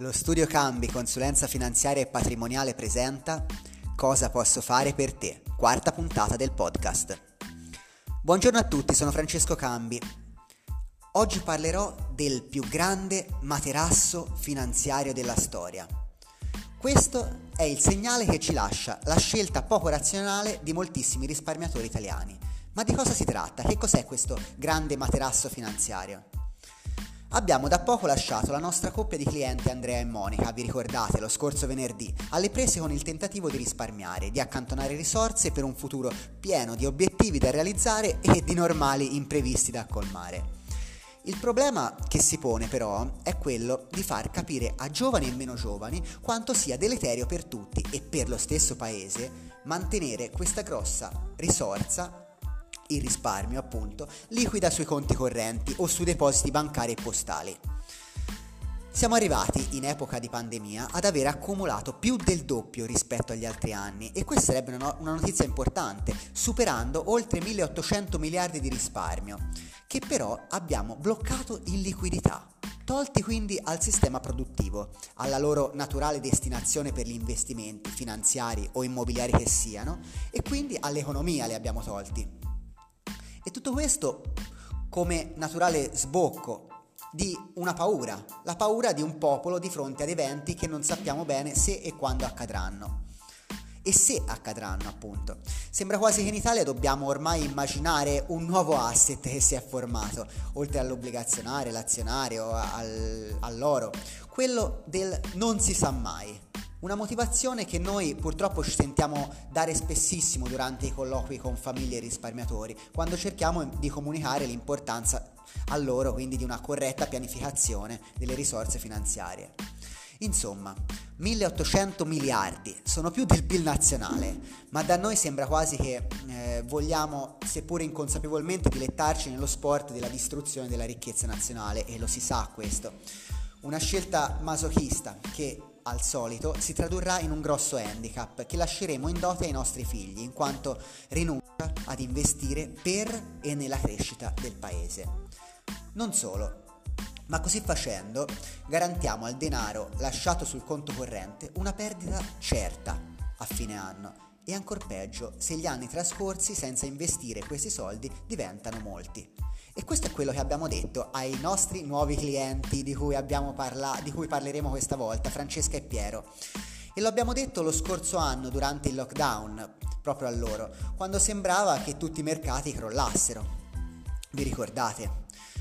Lo studio Cambi, consulenza finanziaria e patrimoniale presenta Cosa posso fare per te? Quarta puntata del podcast. Buongiorno a tutti, sono Francesco Cambi. Oggi parlerò del più grande materasso finanziario della storia. Questo è il segnale che ci lascia la scelta poco razionale di moltissimi risparmiatori italiani. Ma di cosa si tratta? Che cos'è questo grande materasso finanziario? Abbiamo da poco lasciato la nostra coppia di clienti Andrea e Monica, vi ricordate, lo scorso venerdì, alle prese con il tentativo di risparmiare, di accantonare risorse per un futuro pieno di obiettivi da realizzare e di normali imprevisti da colmare. Il problema che si pone però è quello di far capire a giovani e meno giovani quanto sia deleterio per tutti e per lo stesso paese mantenere questa grossa risorsa, il risparmio appunto, liquida sui conti correnti o sui depositi bancari e postali. Siamo arrivati in epoca di pandemia ad aver accumulato più del doppio rispetto agli altri anni e questa sarebbe una notizia importante, superando oltre 1800 miliardi di risparmio, che però abbiamo bloccato in liquidità, tolti quindi al sistema produttivo, alla loro naturale destinazione per gli investimenti finanziari o immobiliari che siano, e quindi all'economia li abbiamo tolti. E tutto questo come naturale sbocco di una paura, la paura di un popolo di fronte ad eventi che non sappiamo bene se e quando accadranno. E se accadranno, appunto. Sembra quasi che in Italia dobbiamo ormai immaginare un nuovo asset che si è formato, oltre all'obbligazionario, l'azionario, all'oro, quello del non si sa mai. Una motivazione che noi purtroppo ci sentiamo dare spessissimo durante i colloqui con famiglie e risparmiatori, quando cerchiamo di comunicare l'importanza a loro quindi di una corretta pianificazione delle risorse finanziarie. Insomma, 1800 miliardi sono più del PIL nazionale, ma da noi sembra quasi che vogliamo, seppure inconsapevolmente, dilettarci nello sport della distruzione della ricchezza nazionale, e lo si sa questo. Una scelta masochista che al solito si tradurrà in un grosso handicap che lasceremo in dote ai nostri figli, in quanto rinuncia ad investire per e nella crescita del paese. Non solo, ma così facendo garantiamo al denaro lasciato sul conto corrente una perdita certa a fine anno, e ancor peggio se gli anni trascorsi senza investire questi soldi diventano molti. E questo è quello che abbiamo detto ai nostri nuovi clienti di cui parleremo questa volta, Francesca e Piero. E lo abbiamo detto lo scorso anno durante il lockdown, proprio a loro, quando sembrava che tutti i mercati crollassero. Vi ricordate?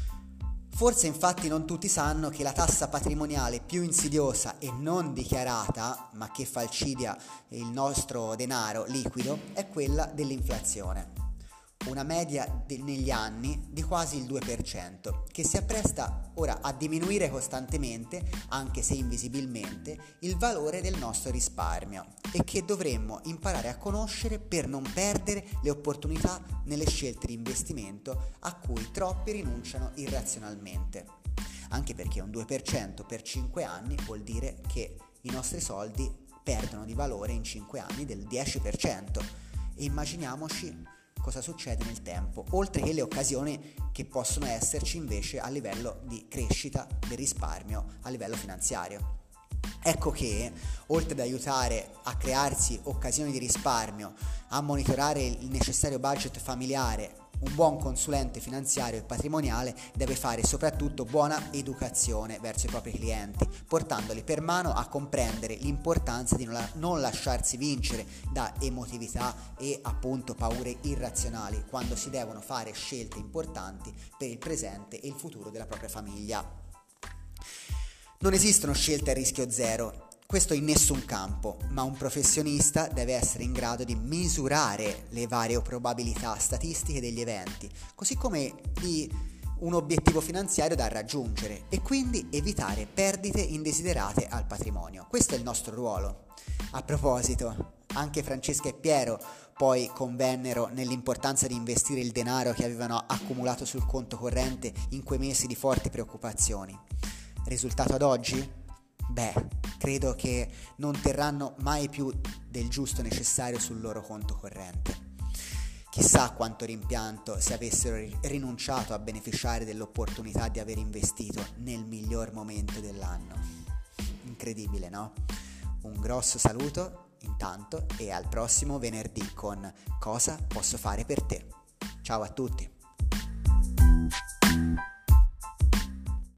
Forse infatti non tutti sanno che la tassa patrimoniale più insidiosa e non dichiarata, ma che falcidia il nostro denaro liquido, è quella dell'inflazione. Una media negli anni di quasi il 2%, che si appresta ora a diminuire costantemente, anche se invisibilmente, il valore del nostro risparmio, e che dovremmo imparare a conoscere per non perdere le opportunità nelle scelte di investimento a cui troppi rinunciano irrazionalmente. Anche perché un 2% per 5 anni vuol dire che i nostri soldi perdono di valore in 5 anni del 10%. E immaginiamoci cosa succede nel tempo, oltre che le occasioni che possono esserci invece a livello di crescita del risparmio a livello finanziario. Ecco che, oltre ad aiutare a crearsi occasioni di risparmio, a monitorare il necessario budget familiare, un buon consulente finanziario e patrimoniale deve fare soprattutto buona educazione verso i propri clienti, portandoli per mano a comprendere l'importanza di non lasciarsi vincere da emotività e appunto paure irrazionali quando si devono fare scelte importanti per il presente e il futuro della propria famiglia. Non esistono scelte a rischio zero. Questo in nessun campo, ma un professionista deve essere in grado di misurare le varie probabilità statistiche degli eventi, così come di un obiettivo finanziario da raggiungere, e quindi evitare perdite indesiderate al patrimonio. Questo è il nostro ruolo. A proposito, anche Francesca e Piero poi convennero nell'importanza di investire il denaro che avevano accumulato sul conto corrente in quei mesi di forti preoccupazioni. Risultato ad oggi? Credo che non terranno mai più del giusto necessario sul loro conto corrente. Chissà quanto rimpianto se avessero rinunciato a beneficiare dell'opportunità di aver investito nel miglior momento dell'anno. incredibile, no? Un grosso saluto intanto e al prossimo venerdì con Cosa posso fare per te. Ciao a tutti!